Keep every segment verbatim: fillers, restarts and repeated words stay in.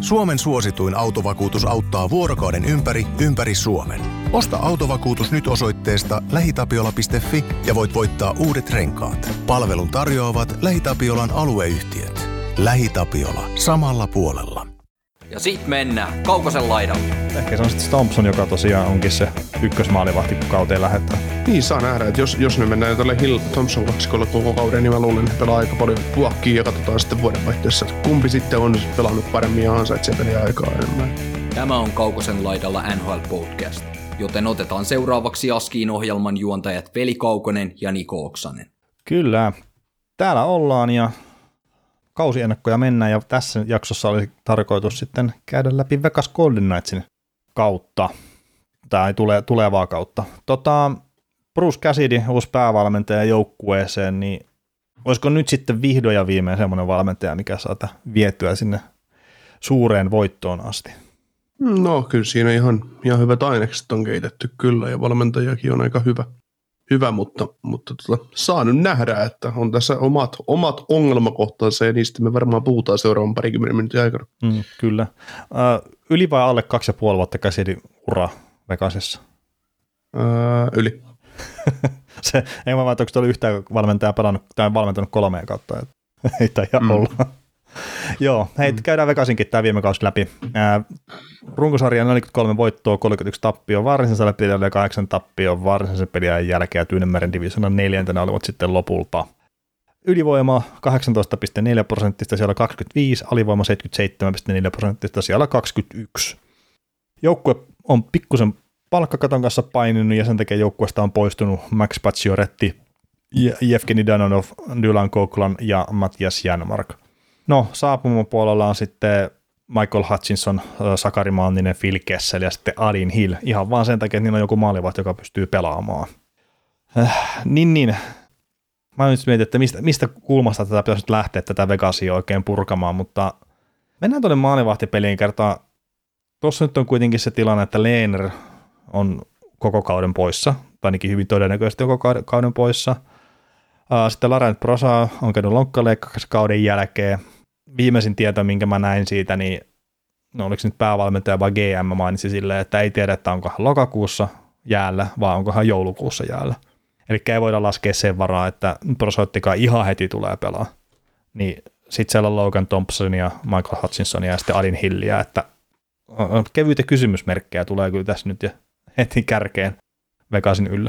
Suomen suosituin autovakuutus auttaa vuorokauden ympäri, ympäri Suomen. Osta autovakuutus nyt osoitteesta lähitapiola piste fi ja voit voittaa uudet renkaat. Palvelun tarjoavat LähiTapiolan alueyhtiöt. LähiTapiola. Samalla puolella. Ja sit mennään Kaukosen laidalle. Ehkä se on sitten Thompson, joka tosiaan onkin se ykkösmaalivahti, kun kauteen lähettää. Niin, saa nähdä, että jos, jos ne mennään tälle Hill Thompson kaksikolle koko kauden, niin mä luulen, että pelaa aika paljon puokkiin ja katsotaan sitten vuodenvaihteessa, että kumpi sitten on pelannut paremmin ja ansaitsee peliä aikaa enemmän. Tämä on Kaukosen laidalla N H L Podcast, joten otetaan seuraavaksi Askiin ohjelman juontajat Veli Kaukonen ja Niko Oksanen. Kyllä, täällä ollaan ja kausiennakkoja mennään ja tässä jaksossa oli tarkoitus sitten käydä läpi Vegas Golden Knightsin kautta, tai tule, tulevaa kautta. Tota, Bruce Cassidy, uusi päävalmentaja joukkueeseen, niin olisiko nyt sitten vihdoin ja viimein semmoinen valmentaja, mikä saata vietyä sinne suureen voittoon asti? No kyllä siinä ihan, ihan hyvät ainekset on keitetty kyllä ja valmentajakin on aika hyvä. Hyvä, mutta, mutta tota, saa nyt nähdä, että on tässä omat, omat ongelmakohtansa ja niistä me varmaan puhutaan seuraavan parikymmenen minuutin aikana. Mm, kyllä. Uh, yli vai alle kaksi ja puoli vuotta Cassidy ura Vegasissa? Uh, yli. Se, ei mä vaan, onko tuolla yhtään valmentaja pelannut, tai valmentanut kolmeen kautta, että ei taida mm. olla. Joo, hei, mm. käydään Vegasinkin tämä viime kausi läpi. Äh, runkosarja neljäkymmentäkolme voittoa, kolmekymmentäyksi tappio varsinaisella pelillä ja kahdeksan tappio varsinaisen pelin jälkeen ja Tyynemeren divisioonan neljäntenä olivat sitten lopulta. Ylivoima kahdeksantoista pilkku neljä prosenttista, siellä kaksikymmentäviisi, alivoima seitsemänkymmentäseitsemän pilkku neljä prosenttista, siellä kaksikymmentäyksi. Joukkue on pikkusen palkkakaton kanssa paininut ja sen takia joukkueesta on poistunut Max Pacioretty, Jevgeni Danonov, Dylan Coghlan ja Matias Janmark. No, saapumon puolella on sitten Michael Hutchinson, Sakari Manninen, Phil Kessel ja sitten Adin Hill. Ihan vaan sen takia, että niillä on joku maalivahti, joka pystyy pelaamaan. Äh, niin, niin. Mä nyt mietin, että mistä, mistä kulmasta tätä pitäisi nyt lähteä tätä Vegasia oikein purkamaan, mutta mennään tuonne maalivahtipeliin kertaa. Tuossa nyt on kuitenkin se tilanne, että Lehner on koko kauden poissa, tai ainakin hyvin todennäköisesti koko kauden poissa. Sitten Laurent Brossoit on käynyt lonkkaleikkauksen kauden jälkeen. Viimeisin tieto, minkä mä näin siitä, niin no oliko nyt päävalmentaja vai G M mainitsi silleen, että ei tiedä, että onko hän lokakuussa jäällä, vai onko hän joulukuussa jäällä. Eli ei voida laskea sen varaa, että Brossoittikaan ihan heti tulee pelaa. Niin sitten siellä on Logan Thompsonia, Michael Hutchinsonia ja sitten Adin Hilliä, että kevyitä kysymysmerkkejä tulee kyllä tässä nyt ja heti kärkeen Vegasin yllä.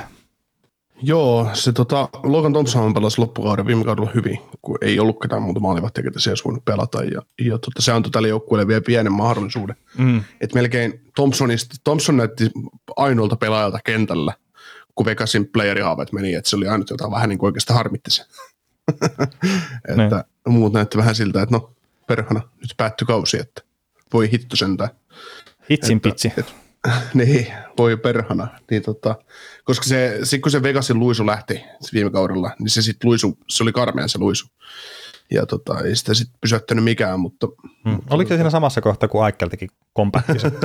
Joo, se tota, Logan Thompson pelasi loppukauden viime kaudella hyvin, kun ei ollut ketään muuta maalivahtia, ketä se olisi voinut pelata, ja, ja tota, se antoi tälle joukkueelle vielä pienen mahdollisuuden. Mm. Että melkein Thompsonista, Thompson näytti ainoalta pelaajalta kentällä, kun Vegasin playerihaaveet meni, että se oli ainut jotain vähän niin kuin oikeastaan harmitti se. Että muut näytti vähän siltä, että no perhana, nyt päättyi kausi, että voi hitto sentään. Hitsin pitsi. Niin, voi perhana. Niin tota, koska se, sit kun se Vegasin luisu lähti viime kaudella, niin se sitten luisu, se oli karmea se luisu. Ja tota, ei sitä sitten pysäyttänyt mikään, mutta... Hmm. mutta Oliko se siinä samassa kohtaa, kun Aikel teki kompakti sen?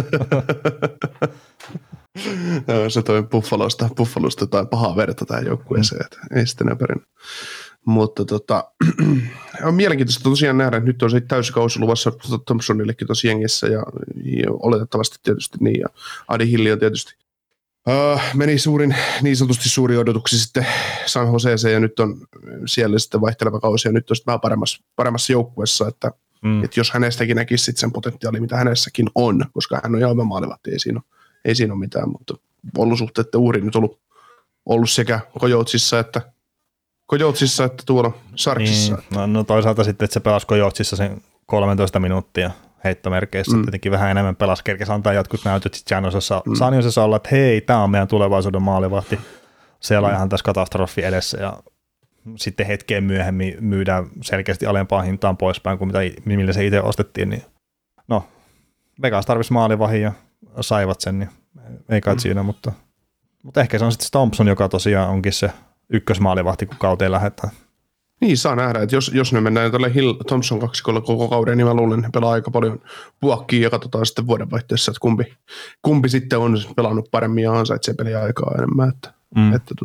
Joo, se toi Buffalosta, Buffalosta jotain pahaa verta tähän joukkueeseen, hmm. ei sitten näpärin. Mutta tota, on mielenkiintoista tosiaan nähdä, että nyt on se täysikausi luvassa Thompsonillekin tuossa jengissä ja, ja oletettavasti tietysti niin ja Adi Hilli on tietysti uh, meni suurin, niin sanotusti suuri odotuksi sitten San Joseeseen ja nyt on siellä sitten vaihteleva kausi ja nyt on sitten vähän paremmassa, paremmassa joukkueessa, että, mm. että jos hänestäkin näkisi sitten sen potentiaali, mitä hänessäkin on, koska hän on ihan hyvä maalivahti, ei siinä ole, ei siinä ole mitään, mutta olosuhteet uhri nyt ollut, ollut sekä Kojoutsissa että Kojoutsissa, että tuolla Sarksissa. Niin, no, no toisaalta sitten, että se pelasi Kojoutsissa sen kolmetoista minuuttia heittomerkeissä, mm. tietenkin vähän enemmän pelasi, kerkesi antaa jotkut näytöt sitten San Josessa mm. olla, että hei, tämä on meidän tulevaisuuden maalivahti, siellä on mm. ihan tässä katastrofi edessä ja sitten hetkeen myöhemmin myydään selkeästi alempaan hintaan poispäin kuin mitä, millä se itse ostettiin, niin no, Vegas tarvisi maalivahin ja saivat sen, niin ei kai mm. siinä, mutta, mutta ehkä se on sitten Thompson, joka tosiaan onkin se ykkösmaalivahti, kun kauteen lähdetään. Niin, saa nähdä, että jos, jos ne mennään tälle Hill Thompson kaksikolla koko kauden, niin mä luulen, että he pelaa aika paljon puokkiin ja katsotaan sitten vuodenvaihteessa, että kumpi, kumpi sitten on pelannut paremmin ja ansaitsee peliä aikaa enemmän. Että, mm. että, että,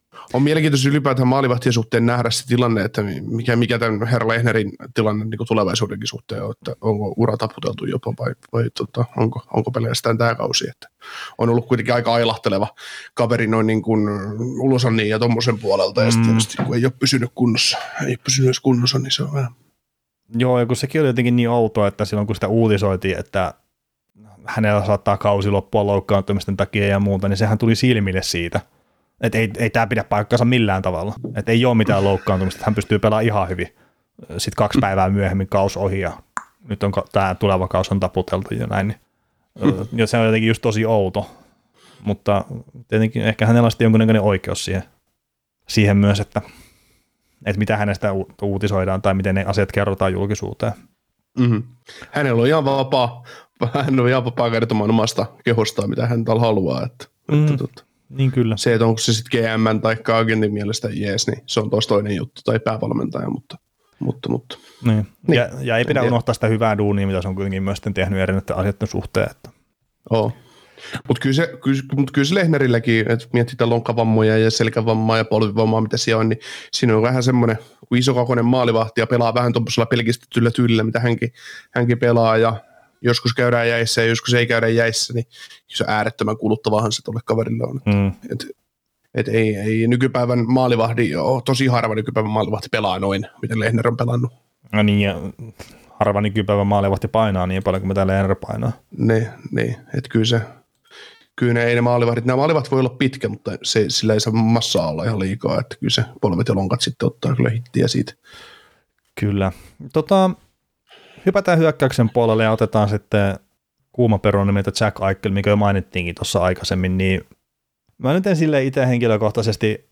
On mielenkiintoista ylipäätään maalivahtien suhteen nähdä se tilanne, että mikä, mikä tämän herra Lehnerin tilanne niin tulevaisuudenkin suhteen on, että onko ura taputeltu jopa vai, vai tota, onko, onko pelkästään tämä kausi. Että on ollut kuitenkin aika ailahteleva kaveri noin niin kuin Ulosannin ja tommosen puolelta, ja mm. tietysti kun ei ole pysynyt kunnossa, ei ole pysynyt kunnossa, niin se on vähän. Joo, ja kun sekin oli jotenkin niin outoa, että silloin kun sitä uutisoitiin, että hänellä saattaa kausi loppua loukkaantumisten takia ja muuta, niin sehän tuli silmille siitä. Että ei, ei tämä pidä paikkansa millään tavalla. Että ei ole mitään loukkaantumista, että hän pystyy pelaamaan ihan hyvin. Sitten kaksi päivää myöhemmin kaus ohi ja nyt on tämä tuleva kaus on taputeltu ja näin. Ja se on jotenkin just tosi outo. Mutta tietenkin ehkä hänellä on sitten jonkunnäköinen oikeus siihen, siihen myös, että, että mitä hänestä uutisoidaan tai miten ne asiat kerrotaan julkisuuteen. Mm-hmm. Hänellä on ihan vapaa, hän on ihan vapaa kertomaan omasta kehostaan, mitä hän täällä haluaa. Että, mm. että, että, niin kyllä. Se, että onko se sitten G M tai agentin mielestä jees, niin se on taas toinen juttu, tai päävalmentaja, mutta mutta, mutta. Niin. Niin. Ja, ja ei pidä unohtaa sitä hyvää duunia, mitä se on kuitenkin myös tehnyt erinäiden asioiden suhteen. Että. Oo. Mutta kyllä, kyllä, mut kyllä se Lehnerilläkin, että mietitään lonkkavammoja ja selkävammaa ja polvivammaa, mitä siellä on, niin siinä on vähän semmoinen, kun isokokoinen maalivahti ja pelaa vähän tuollaisella pelkistetyllä tyylillä, mitä hänkin, hänkin pelaa, ja joskus käydään jäissä ja joskus ei käydä jäissä, niin se on äärettömän kuluttavahan se tuolle kaverille on. Mm. Et, et ei, ei nykypäivän maalivahti, joo, tosi harva nykypäivän maalivahti pelaa noin, miten Lehner on pelannut. No niin, ja harva nykypäivän maalivahti painaa niin paljon kuin mitä Lehner painaa. Niin, niin. Että kyllä se, kyllä ne ei ne maalivahdit, nämä maalivahdit voi olla pitkä, mutta se, sillä ei saa massaa olla ihan liikaa, että kyllä se polvet ja lonkat sitten ottaa kyllä hittiä siitä. Kyllä. Tota, hypätään hyökkäyksen puolelle ja otetaan sitten kuuma peruna nimeltä Jack Eichel, mikä jo mainittiinkin tuossa aikaisemmin, niin mä nyt en silleen itse henkilökohtaisesti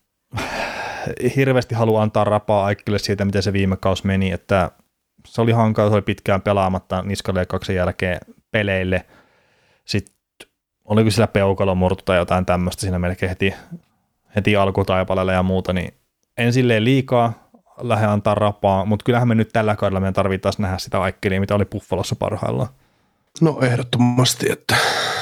hirveästi halua antaa rapaa Eichelle siitä, miten se viime kausi meni, että se oli hankala, se oli pitkään pelaamatta niskaleikkauksen jälkeen peleille. Sitten oliko sillä peukalo murtu tai jotain tämmöistä siinä melkein heti, heti alkutaipaleella ja muuta, niin en silleen liikaa lähde antaa rapaa, mutta kyllähän me nyt tällä kaudella meidän tarvitaan nähdä sitä Eichelia, mitä oli Buffalossa parhaillaan. No ehdottomasti, että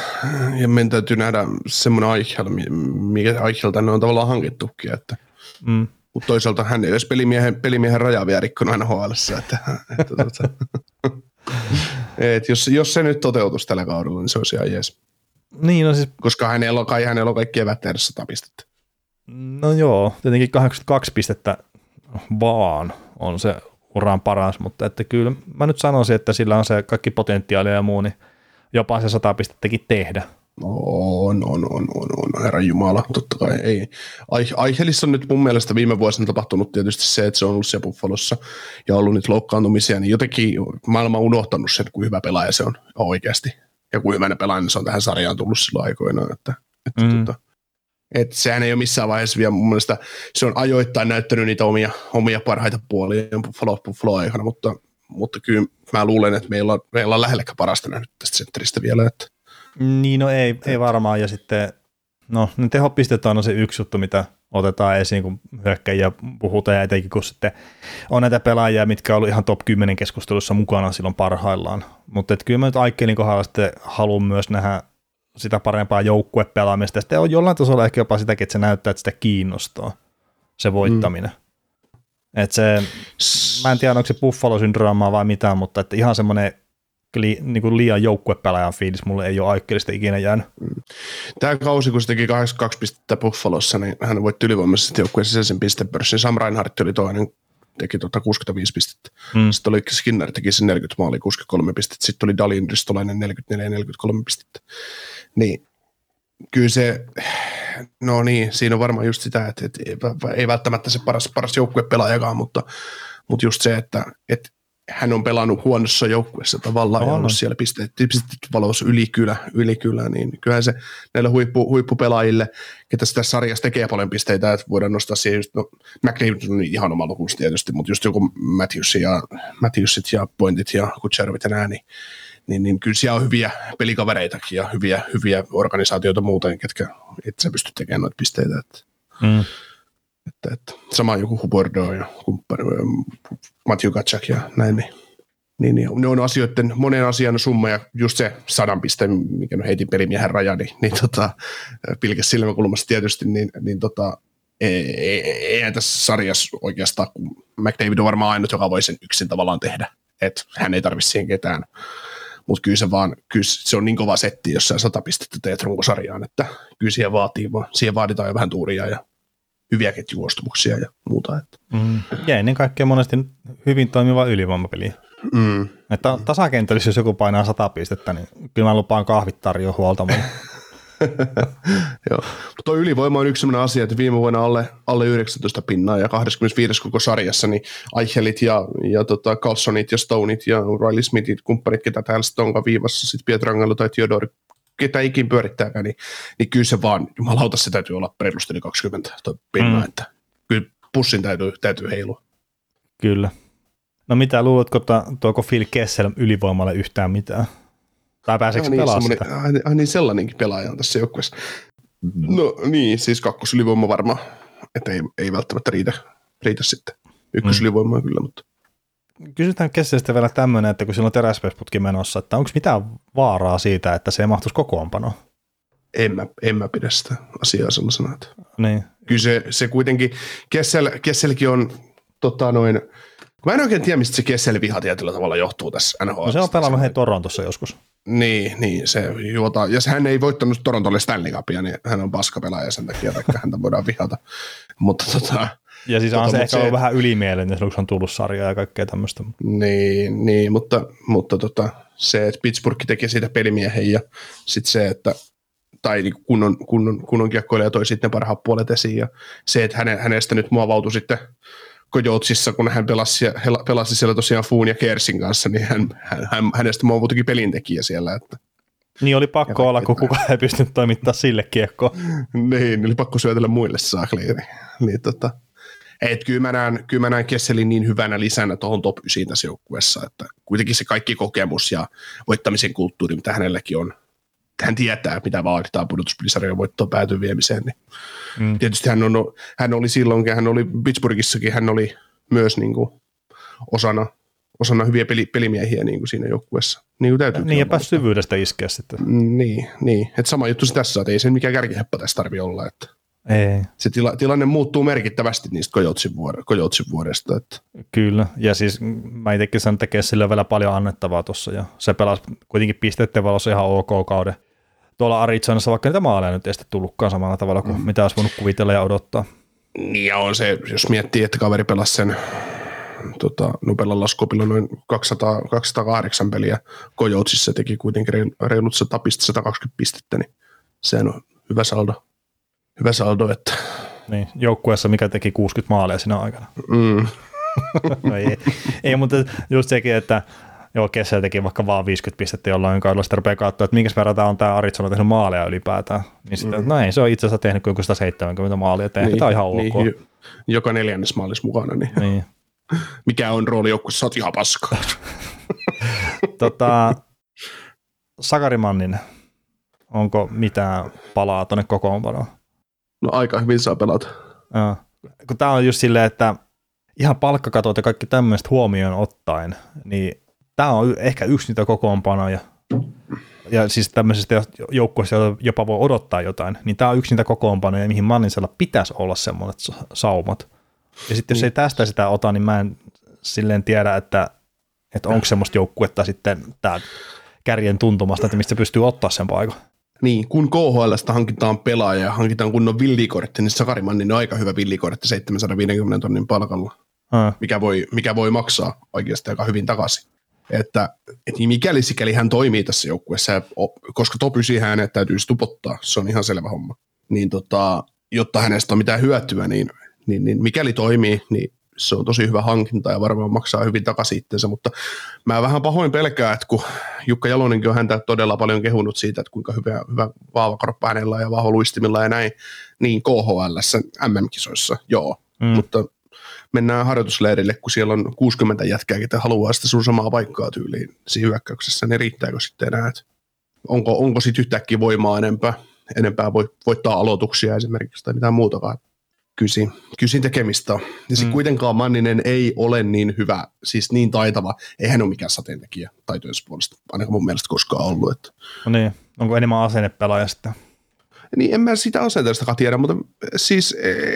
ja meidän täytyy nähdä semmoinen Eichel, mikä Eichel tänne on tavallaan hankittukin, että mm. mutta toisaalta hän ei edes pelimiehen, pelimiehen rajaa vielä rikkonut aina H L:ssä, että, että, että, että jos, jos se nyt toteutuisi tällä kaudella, niin se olisi ihan jees. Niin, no siis, koska hänellä on, kai hänellä on kaikki evät tehdä sata pistettä. No joo, tietenkin kahdeksankymmentäkaksi pistettä vaan on se uran paras, mutta että kyllä mä nyt sanoisin, että sillä on se kaikki potentiaalia ja muu, niin jopa se sata pistettäkin tehdä. On, on, on, on, on, herran jumala, totta kai ei. Eichelissa on nyt mun mielestä viime vuosina tapahtunut tietysti se, että se on ollut siellä Buffalossa ja ollut nyt loukkaantumisia, niin jotenkin maailma on unohtanut sen, kuin hyvä pelaaja se on oikeasti. Ja kuin hyvänä pelaaja se on tähän sarjaan tullut silloin aikoinaan, että, että, mm. tota, että sehän ei ole missään vaiheessa vielä mun mielestä, se on ajoittain näyttänyt niitä omia, omia parhaita puolia Buffalo, Buffalo aikana, mutta, mutta kyllä mä luulen, että meillä on, meillä on lähelläkään parasta nähnyt tästä sentteristä vielä. Että. Niin, no ei, ei varmaan, ja sitten no ne tehopisteet on se yksi juttu, mitä otetaan esiin, kun hyökkäjiä puhutaan, ja etenkin kun sitten on näitä pelaajia, mitkä on ollut ihan top kymmenen keskustelussa mukana silloin parhaillaan. Mutta kyllä mä nyt Eichelin kohdalla sitten haluan myös nähdä sitä parempaa joukkuepelaamista, ja sitten on jollain tasolla ehkä jopa sitäkin, että se näyttää, että sitä kiinnostaa, se voittaminen. Mm. Että se, mä en tiedä, onko se Buffalo-syndroomaa vai mitään, mutta että ihan semmoinen li, niin kuin liian joukkuepelaajan fiilis mulle ei ole Eichelistä ikinä jäänyt. Tämä kausi, kun se teki kahdeksankymmentäkaksi pistettä Buffalossa, niin hän voitti ylivoimaisesti joukkueen sisäisen pistepörssin. Sam Reinhardt oli toinen, teki tuota kuusikymmentäviisi pistettä. Mm. Sitten oli Skinner, teki sen neljäkymmentä maalia, kuusikymmentäkolme pistettä. Sitten oli Dalin Ristolainen neljäkymmentäneljä ja neljäkymmentäkolme pistettä. Niin, kyllä se, no niin, siinä on varmaan just sitä, että, että ei välttämättä se paras, paras joukkuepelaajakaan, mutta, mutta just se, että, että hän on pelannut huonossa joukkueessa tavallaan no, ja ollut no. siellä pisteet, pisteet valossa ylikylä, ylikylä, niin kyllähän se näille huippu, huippupelaajille, ketä sitä sarjassa tekee paljon pisteitä, että voidaan nostaa siihen just, no McLeod on ihan oma lukuus tietysti, mutta just joku Matthews ja, Matthewsit ja Pointit ja Kutcherovit ja nää, niin, niin, niin kyllä siellä on hyviä pelikavereitakin ja hyviä, hyviä organisaatioita muuten, ketkä et sä pysty tekemään noita pisteitä, että mm. Että, että sama joku Huberdeau ja kumppani, Matthew Tkachuk ja näin, niin, niin, niin ne on asioiden, monen asian summa ja just se sadan pisteen, mikä on heitin pelimiehen raja, niin, niin tota, pilkäs silmäkulmassa tietysti, niin, niin tota, eihän tässä sarjassa oikeastaan, kun McDavid on varmaan ainut, joka voi sen yksin tavallaan tehdä, että hän ei tarvitse siihen ketään. Mutta kyllä se vaan, kyllä se on niin kova setti, jos sä sata pistettä teet runkosarjaan, että kyllä siihen, vaatii, siihen vaaditaan jo vähän tuuria ja hyviä ketjuostumuksia ja muuta. Että. Mm. Ja ennen kaikkea monesti hyvin toimiva ylivoimapeli. Mm. Että tasakentällä, jos joku painaa sata pistettä, niin kyllä mä lupaan kahvit tarjoa huoltamalla. Joo. Tuo ylivoima on yksi sellainen asia, että viime vuonna alle, alle yhdeksäntoista pinnaa ja kaksikymmentäviisi koko sarjassa, niin Eichelit ja, ja tota Carlsonit ja Stoneit ja Riley Smithit, kumppanit, ketä täällä sitten onkaan viivassa, sitten Pietrangelo tai Theodore, ketä ikin pyörittääkään, niin, niin kyllä se vaan, jumalauta, se täytyy olla reilusti yli kaksikymmentä pinnaa, mm. että kyllä pussin täytyy, täytyy heilua. Kyllä. No mitä luuletko, tuoko Phil Kessel ylivoimalle yhtään mitään? Tai pääseekö niin, pelaa sitä? Ah, niin sellainenkin pelaaja on tässä joukkueessa. No niin, siis kakkosylivoima varmaan, että ei, ei välttämättä riitä, riitä sitten. Ykkösylivoimaa mm. kyllä, mutta. Kysytään Kesselistä vielä tämmöinen, että kun sillä on teräsputki menossa, että onko mitään vaaraa siitä, että se ei mahtuisi kokoonpanoon? En mä, en mä pidä sitä asiaa sellaisena. Että. Niin. Kyllä se, se kuitenkin, Kessel, Kesselkin on tota noin, mä en oikein tiedä, mistä se Kessel-viha tietyllä tavalla johtuu tässä N H L. No se on pelannut hei Torontossa joskus. Niin, niin se juota, ja hän ei voittanut Torontolle Stanley Cupia, niin hän on paskapelaaja sen takia, vaikka häntä voidaan vihata. Mutta tota, ja siis tota, on se ehkä se, ollut vähän ylimielinen, silloin kun on tullut sarjaa ja kaikkea tämmöistä. Niin, niin mutta, mutta tota, se, että Pittsburgh teki siitä pelimiehen ja sitten se, että tai niin kunnon, kunnon, kunnon kiekkoilija toi sitten parhaat puolet esiin ja se, että häne, hänestä nyt muovautui sitten Coyotesissa, kun hän pelasi, pelasi siellä tosiaan Foon ja Kersin kanssa, niin hän, hän, hänestä muovutuikin pelintekijä siellä. Että. Niin oli pakko ja olla, kun kukaan ei pystynyt toimittamaan sille kiekkoa. Niin, oli pakko syötellä muille saakliin. Niin, niin tota, et kyllä mä näen, kyllä mä näen Kesselin niin hyvänä lisänä tuohon top yhdeksän tässä joukkueessa, että kuitenkin se kaikki kokemus ja voittamisen kulttuuri, mitä hänelläkin on, hän tietää, mitä vaaditaan pudotuspelisarjan voittoon päätyyn viemiseen. Niin. Mm. Tietysti hän, on, hän oli silloinkin, hän oli Pittsburghissakin, hän oli myös niin kuin osana, osana hyviä peli, pelimiehiä niin kuin siinä joukkueessa. Niin, niin ja pääsi syvyydestä iskeä sitten. Niin, niin. Että sama juttu se tässä, että ei sen mikään kärkiheppa tässä tarvitse olla. Että ei. Se tila, tilanne muuttuu merkittävästi niistä Coyotesin vuodesta. Että. Kyllä, ja siis mä itsekin sanon, että Kessille on vielä paljon annettavaa tuossa, ja se pelasi kuitenkin pisteiden valossa ihan ok kauden. Tuolla Arizonassa, vaikka niitä maaleja nyt ei sitten tullutkaan samalla tavalla kuin mm. mitä olisi voinut kuvitella ja odottaa. Niin ja on se, jos miettii, että kaveri pelasi sen tota, Nupella laskopilla noin kaksisataa, kaksisataakahdeksan peliä, Coyotesissa teki kuitenkin reilut sata kaksikymmentä pistettä, niin se on hyvä saldo. Hyvä saldo, että. Niin, joukkueessa, mikä teki kuusikymmentä maalia siinä aikana. Mm. no ei, ei, mutta just sekin, että joo, Kessel teki vaikka vaan viisikymmentä pistettä jollain kaudella, sitten rupeaa katsoa, että minkä verran tämä on tämä Arizona tehnyt maaleja ylipäätään. Niin sitten, mm. no ei, se on itse asiassa tehnyt kuin sata seitsemänkymmentä maalia, tehnyt, niin, tämä on ihan ok. Niin, joka neljännes maalis mukana, niin, niin. mikä on rooli joukkueessa, sä oot ihan paskaa. tota, Sakari Manninen, onko mitään palaa tuonne kokoonpanoon? No aika hyvin saa pelata. Ja, kun tämä on just silleen, että ihan palkkakatot ja kaikki tämmöistä huomioon ottaen, niin tämä on ehkä yksi niitä kokoonpanoja, ja siis tämmöisestä joukkueesta jopa voi odottaa jotain, niin tämä on yksi niitä kokoonpanoja, mihin Mannisella pitäisi olla semmoiset saumat. Ja sitten jos ei tästä sitä ota, niin mä en silleen tiedä, että, että onko semmoista joukkuetta sitten tämä kärjen tuntumasta, että mistä se pystyy ottaa sen paikan. Niin, kun K H L:stä hankitaan pelaaja ja hankitaan kunnon villikortti, niin Sakari Manninen on aika hyvä villikortti seitsemänsataaviisikymmentä tonnin palkalla, hmm. mikä, voi, mikä voi maksaa oikeastaan aika hyvin takaisin. Että, että mikäli sikäli hän toimii tässä joukkueessa, koska top yhdeksän hänet täytyy stupottaa, se on ihan selvä homma, niin tota, jotta hänestä on mitään hyötyä, niin, niin, niin mikäli toimii, niin se on tosi hyvä hankinta ja varmaan maksaa hyvin takaisin itsensä, mutta mä vähän pahoin pelkää, että kun Jukka Jalonenkin on häntä todella paljon kehunut siitä, että kuinka hyvä, hyvä vaavakroppa hänellä on ja vahva luistimilla ja näin, niin K H L:ssä M M-kisoissa, joo, mm. mutta mennään harjoitusleirille, kun siellä on kuusikymmentä jätkää, ketä haluaa sitä sun samaa paikkaa tyyliin siinä hyökkäyksessä, niin riittääkö sitten enää, että onko, onko sitten yhtäkkiä voimaa enempää, enempää voi voittaa aloituksia esimerkiksi tai mitään muutakaan. Kysin, kysin tekemistä. Ja sitten mm. kuitenkaan Manninen ei ole niin hyvä, siis niin taitava, ei hän ole mikään sateentekijä taitojensa puolesta, ainakaan mun mielestä koskaan ollut. Että. No niin, onko enemmän asennepelaaja sitten? Niin, en mä sitä asenteestakaan tiedä, mutta siis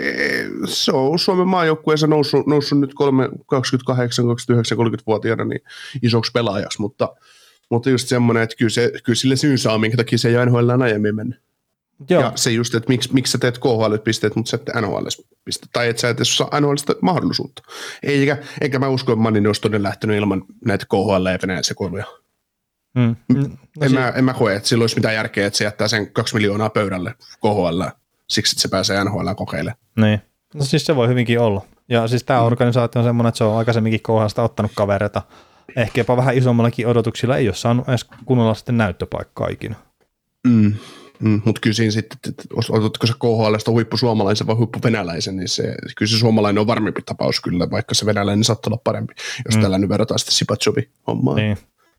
se on Suomen maajoukkueessa noussut, noussut nyt kolme, kaksikymmentäkahdeksan, kaksikymmentäyhdeksän, kolmekymmentävuotiaana niin isoksi pelaajaksi, mutta, mutta just semmoinen, että kyllä, se, kyllä sille syyn saa, minkä takia se ei ole N H L:ään aiemmin mennyt. Joo. Ja se just, että miksi, miksi sä teet K H L-pisteet, mutta sä et N H L-pisteet, tai että sä et saa N H L:stä mahdollisuutta. Eikä, eikä mä usko, että Manninen olisi todella lähtenyt ilman näitä K H L ja Venäjän sekoiluja. Mm. No, en, si- mä, en mä koe, että sillä olisi mitään järkeä, että se jättää sen kaksi miljoonaa pöydälle K H L siksi, että se pääsee N H L kokeilemaan. Niin. No siis se voi hyvinkin olla. Ja siis tämä mm. organisaatio on semmoinen, että se on aikaisemminkin K H L:stä ottanut kavereita. Ehkä jopa vähän isommallakin odotuksilla ei ole saanut edes kunnolla sitten näyttöpaikkaa ikinä. Mm. Mm, mutta kyllä siinä sitten, että otatko se K H L:stä huippu suomalaisen vai huippu venäläisen, niin se, kyllä se suomalainen on varmempi tapaus kyllä, vaikka se venäläinen saattaa olla parempi, jos mm. tällä nyt verrataan sitten Sipacovin hommaan. Niin.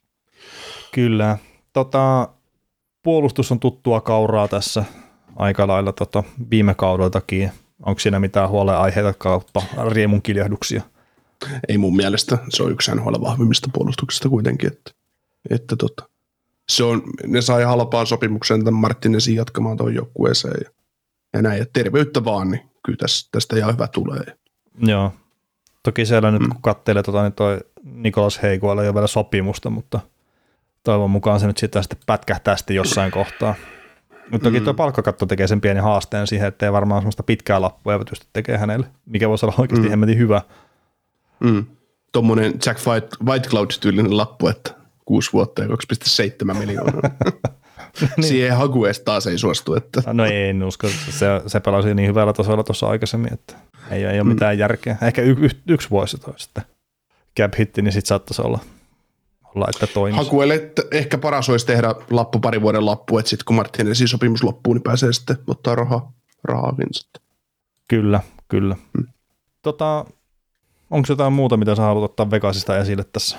Kyllä. Tota, puolustus on tuttua kauraa tässä aika lailla tota, viime kaudeltakin. Onko siinä mitään huolenaiheita kautta riemun kiljahduksia? Ei mun mielestä. Se on yksi N H L vahvimmista puolustuksista kuitenkin, että, että tota. Se on, ne sai halpaan sopimuksen tämän Martinesin jatkamaan tuon joukkueeseen ja, ja näin. Ja terveyttä vaan, niin kyllä tästä, tästä ihan hyvä tulee. Joo. Toki siellä nyt, mm. kun katselee, tota, niin toi Nikolas Heikoilla ei ole vielä sopimusta, mutta toivon mukaan se nyt sitä sitten pätkähtää sitten jossain kohtaa. Mutta toki mm. tuo palkkakatto tekee sen pienen haasteen siihen, että ei varmaan sellaista pitkää lappua ja pysty tekemään hänelle, mikä voisi olla oikeasti mm. hemmetin hyvä. Mm. Tuommoinen Jack Whitecloud-tyylinen lappu, että kuusi vuotta ja kaksi pilkku seitsemän miljoonaa. niin. Siihen haku edes taas ei suostu. Että. No ei, en usko. Se, se pelasi niin hyvällä tasolla tuossa aikaisemmin, että ei, ei ole mitään mm. järkeä. Ehkä y, y, yksi vuosi toi sitten cap hitti, niin sitten saattaisi olla, olla että toimisi. Hakuelle, että ehkä paras olisi tehdä lappu pari vuoden lappu, että sitten kun Martinesin sopimus loppuu, niin pääsee sitten ottaa rahaa, rahaakin sitten. Kyllä, kyllä. Mm. Tota, onko jotain muuta, mitä sä haluat ottaa Vegasista esille tässä?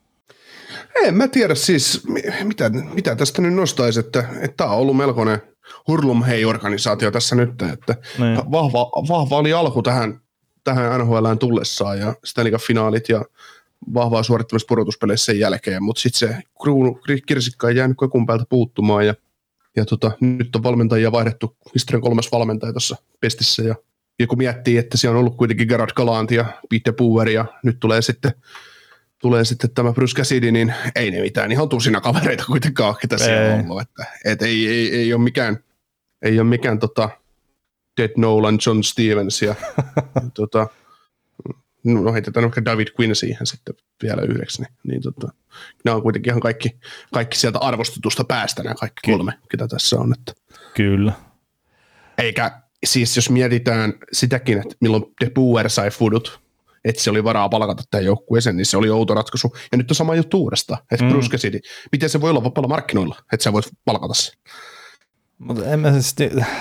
En mä tiedä siis, mitä, mitä tästä nyt nostaisi, että tämä on ollut melkoinen hurlumhei-organisaatio tässä nyt, että niin. vahva, vahva oli alku tähän, tähän N H L:ään tullessaan ja Stanley Cup-finaalit ja vahvaa suorittamista pudotuspeleissä sen jälkeen, mutta sitten se kruunu kirsikka ei jäänyt kakun päältä puuttumaan ja, ja tota, nyt on valmentajia vaihdettu, historian kolmas valmentaja tuossa pestissä ja, ja kun miettii, että siellä on ollut kuitenkin Gerard Gallant ja Pete Puer ja nyt tulee sitten tulee sitten tämä Bruce Cassidy, niin ei ne mitään ihan tusina kavereita kuitenkaan, ketä siellä on ollut. Että, et ei, ei, ei ole mikään, ei ole mikään tota Ted Nolan, John Stevens ja tota, no heitetään ehkä David Quinn siihen sitten vielä yhdeksi. Niin, niin tota, nämä on kuitenkin ihan kaikki, kaikki sieltä arvostetusta päästä nämä kaikki Ky- kolme, ketä tässä on. Että. Kyllä. Eikä siis jos mietitään sitäkin, että milloin De Boer sai fudut, että se oli varaa palkata tämän joukkueeseen, niin se oli outo ratkaisu. Ja nyt on sama juttu uudestaan, että mm. Bruce Cassidy, miten se voi olla vapaalla markkinoilla, että sä voit palkata sen? Mutta en mä siis,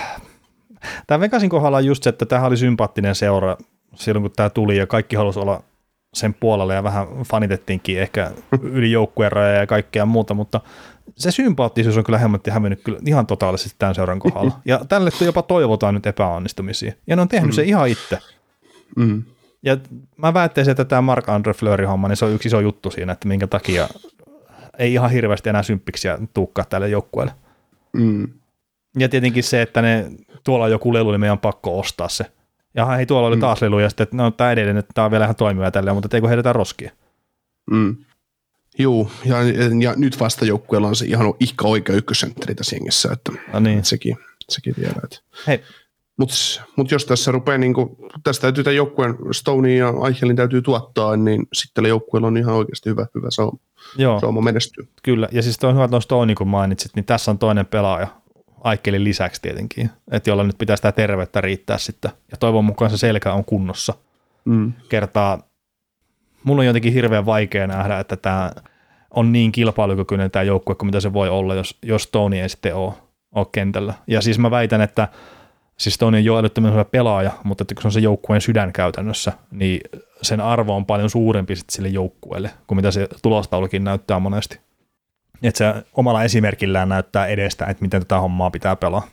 tämä Vegasin kohdalla on just se, että tämähän oli sympaattinen seura silloin, kun tämä tuli, ja kaikki halusi olla sen puolella, ja vähän fanitettiinkin ehkä yli joukkueen rajoja ja kaikkea muuta, mutta se sympaattisuus on kyllä hemmetti hävinnyt kyllä ihan totaalisesti tämän seuran kohdalla. Ja tälle jopa toivotaan nyt epäonnistumisia. Ja ne on tehnyt mm. se ihan itse. Mm. Ja mä väittäisin, että tämä Marc-Andre Fleury-homma, niin se on yksi iso juttu siinä, että minkä takia ei ihan hirveästi enää symppiksiä tuukkaa tälle joukkueelle. Mm. Ja tietenkin se, että ne, tuolla on joku lelu, niin meidän on pakko ostaa se. Ja hei, tuolla oli taas mm. lelu, ja sitten, että no, tämä edelleen, että tämä on vielä ihan toimiva tälleen, mutta eikö heitetään roskia? Mm. Joo, ja, ja nyt vasta joukkueella on se ihan ihka oikea ykkössentteri tässä jengissä, että, no niin. että sekin, sekin vielä. Että. Hei. Mutta mut jos tässä rupeaa, niin kun, tästä täytyy tämän joukkueen Stoney ja Eichelin täytyy tuottaa, niin sitten tällä joukkueella on ihan oikeasti hyvä, hyvä sauma, sauma menestyä. Kyllä, ja siis on hyvä, että Stoney kun mainitsit, niin tässä on toinen pelaaja, Eichelin lisäksi tietenkin, että jolla nyt pitää sitä terveyttä riittää sitten, ja toivon mukaan se selkä on kunnossa. Mm. Kertaa, mulla on jotenkin hirveän vaikea nähdä, että tämä on niin kilpailukykyinen tämä joukkue kuin mitä se voi olla, jos, jos Stoney ei sitten ole, ole kentällä. Ja siis mä väitän, että siis Stoney on jo älyttömän hyvä pelaaja, mutta että kun se on se joukkueen sydän käytännössä, niin sen arvo on paljon suurempi sitten sille joukkueelle, kuin mitä se tulostaulukin näyttää monesti. Että se omalla esimerkillään näyttää edestä, että miten tätä hommaa pitää pelaa.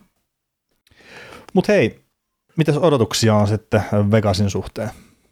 Mutta hei, mitäs odotuksia on sitten Vegasin suhteen?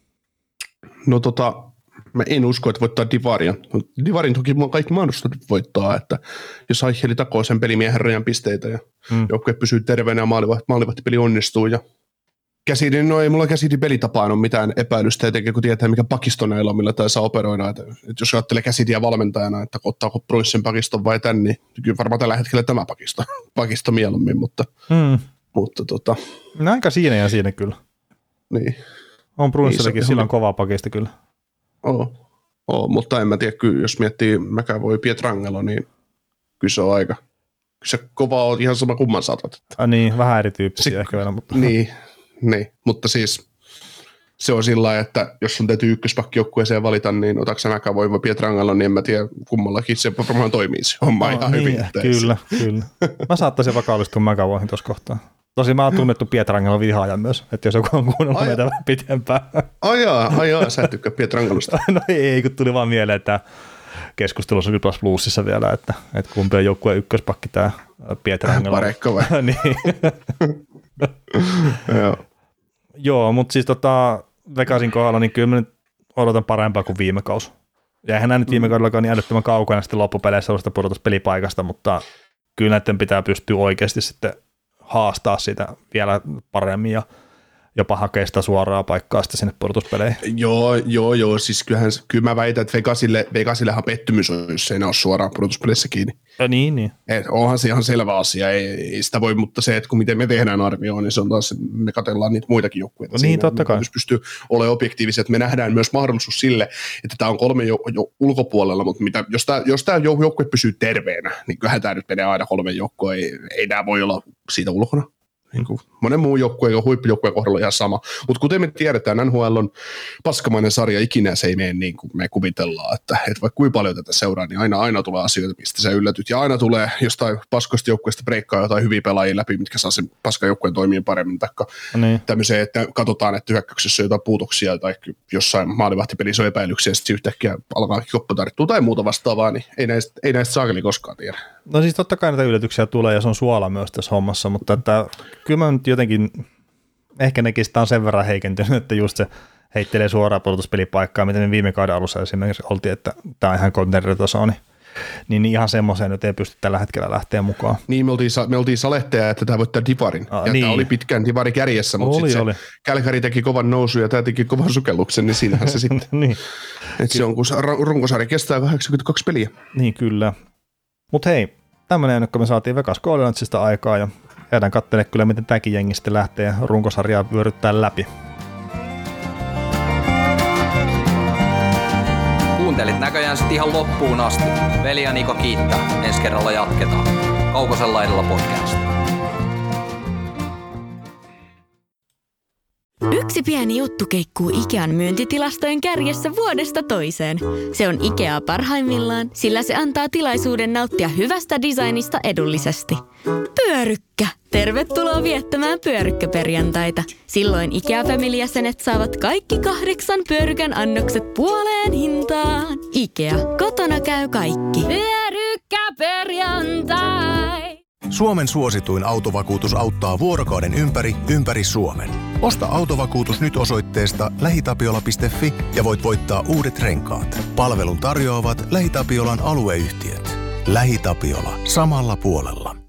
No tota, mä en usko, että voittaa Divarian. Divarin toki kaikki mahdollisuudet voittaa, että jos Eicheli takoo sen pelimiehen rajan pisteitä ja mm. joukkue pysyy terveenä ja maalivahtipeli onnistuu ja Käsidin, no ei mulla käsidin pelitapaan ole mitään epäilystä, etenkin kun tietää, mikä pakisto näillä on, millä tai saa operoida. Että, että jos ajattelee käsidiä valmentajana, että ottaako Bruinsen pakiston vai tän, niin kyllä varmaan tällä hetkellä tämä pakisto, pakisto mieluummin, mutta, hmm. mutta tota. No aika siinä ja siinä kyllä. Niin. On Bruinsellekin, sillä on kova pakisto kyllä. Oo, oo, mutta en mä tiedä, kyllä jos miettii McAvoy Pietrangelo, niin kyllä se on aika, kyllä se kova on ihan sama kumman saatat. Ah, niin, vähän erityyppisiä se, ehkä vielä. Mutta. Niin. Niin, mutta siis se on sillä lailla, että jos sun täytyy ykköspakkijoukkueeseen valita, niin otatko sä McAvoy vai Pietrangelo, niin en mä tiedä, kummallakin se varmaan toimii se homma no, ihan niin, hyvin. Kyllä, kyllä. Mä saattaisin vakaulistua McAvoyhin tuossa kohtaa. Tosi mä oon tunnettu Pietrangelo vihaajan myös, että jos joku on kuunnellut meitä vähän pitempään. Ai jaa, ai jaa, sä et tykkää Pietrangelosta. No ei, kun tuli vaan mieleen, että keskustelussa Plus Plusissa vielä, että, että kumpi on joukkueen ykköspakki tää Pietrangelo. Parekka vai? Niin. Joo. Joo, mutta siis tota, Vegasin kohdalla, niin kyllä mä nyt odotan parempaa kuin viime kausi. Ja eihän nämä nyt viime kaudellakaan niin älyttömän kaukana sitten loppupeleissä sellaista pudotuspelipaikasta, mutta kyllä näiden pitää pystyä oikeasti sitten haastaa sitä vielä paremmin ja jopa hakea sitä suoraa paikkaa sitten sinne pudotuspeleihin. Joo, joo, joo, siis kyllähän, kyllä mä väitän, että Vegasille, Vegasillehan pettymys on, jos ei ne ole suoraan pudotuspeleissä kiinni. Ja niin, niin. Et onhan se ihan selvä asia, ei, ei sitä voi, mutta se, että kun miten me tehdään arvioon, niin se on taas, me katsellaan niitä muitakin joukkueita. No niin, totta kai. Jos pystyy olemaan objektiivisia, että me nähdään myös mahdollisuus sille, että tämä on kolme jo, jo ulkopuolella, mutta mitä, jos tämä jos tämä joukkue pysyy terveenä, niin kyllähän tämä nyt menee aina kolmen joukkoon, ei, ei nämä voi olla siitä ulkona. Niin kuin monen muun joukkueen ja huippujoukkueen kohdalla on ihan sama. Mutta kuten me tiedetään, N H L on paskamainen sarja, ikinä se ei mene niin kuin me kuvitellaan, että, että vaikka kuinka paljon tätä seuraa, niin aina, aina tulee asioita, mistä sä yllätyt. Ja aina tulee jostain paskoista joukkueesta breikkaa jotain hyviä pelaajia läpi, mitkä saa sen paskan joukkueen toimia paremmin. Taikka niin. Tämmöiseen, että katsotaan, että hyökkäyksessä on jotain puutoksia tai jossain maalivahtipelissä on epäilyksiä, ja sitten yhtäkkiä alkaa koppa tarttua tai muuta vastaavaa, niin ei näistä, ei näistä saakeli koskaan tiedä. No siis totta kai näitä yllätyksiä tulee ja se on suola myös tässä hommassa, mutta että kyllä mä nyt jotenkin, ehkä nekin sitä on sen verran heikentynyt, että just se heittelee suoraan pudotuspelipaikkaa, miten me viime kauden alussa esimerkiksi oltiin, että tämä on ihan kontenteritaso, niin, niin ihan semmoiseen nyt ei pysty tällä hetkellä lähteä mukaan. Niin, me oltiin, me oltiin salehteja, että tämä voittaa Divarin, ah, ja niin. Tämä oli pitkään Divari kärjessä, mutta sitten se Kälkäri teki kovan nousun ja tämä teki kovan sukelluksen, niin siinähän se sitten, niin. Että se on, kun runkosarja kestää kahdeksankymmentäkaksi peliä. Niin, kyllä. Mutta hei, tämmöinen ennakko me saatiin Vegas Golden Knightsista aikaa ja jäädään katselemaan kyllä, miten tämäkin jengi sitten lähtee runkosarjaa vyöryttää läpi. Kuuntelit näköjään sitten ihan loppuun asti. Veli ja Niko kiittää. Ensi kerralla jatketaan. Kaukosen laidalla podcast. Yksi pieni juttu keikkuu Ikean myyntitilastojen kärjessä vuodesta toiseen. Se on Ikea parhaimmillaan, sillä se antaa tilaisuuden nauttia hyvästä designista edullisesti. Pyörykkä! Tervetuloa viettämään pyörykkäperjantaita. Silloin Ikea Family-jäsenet saavat kaikki kahdeksan pyörykän annokset puoleen hintaan. Ikea, kotona käy kaikki. Pyörykkäperjantai! Suomen suosituin autovakuutus auttaa vuorokauden ympäri, ympäri Suomen. Osta autovakuutus nyt osoitteesta lähitapiola piste fi ja voit voittaa uudet renkaat. Palvelun tarjoavat LähiTapiolan alueyhtiöt. LähiTapiola. Samalla puolella.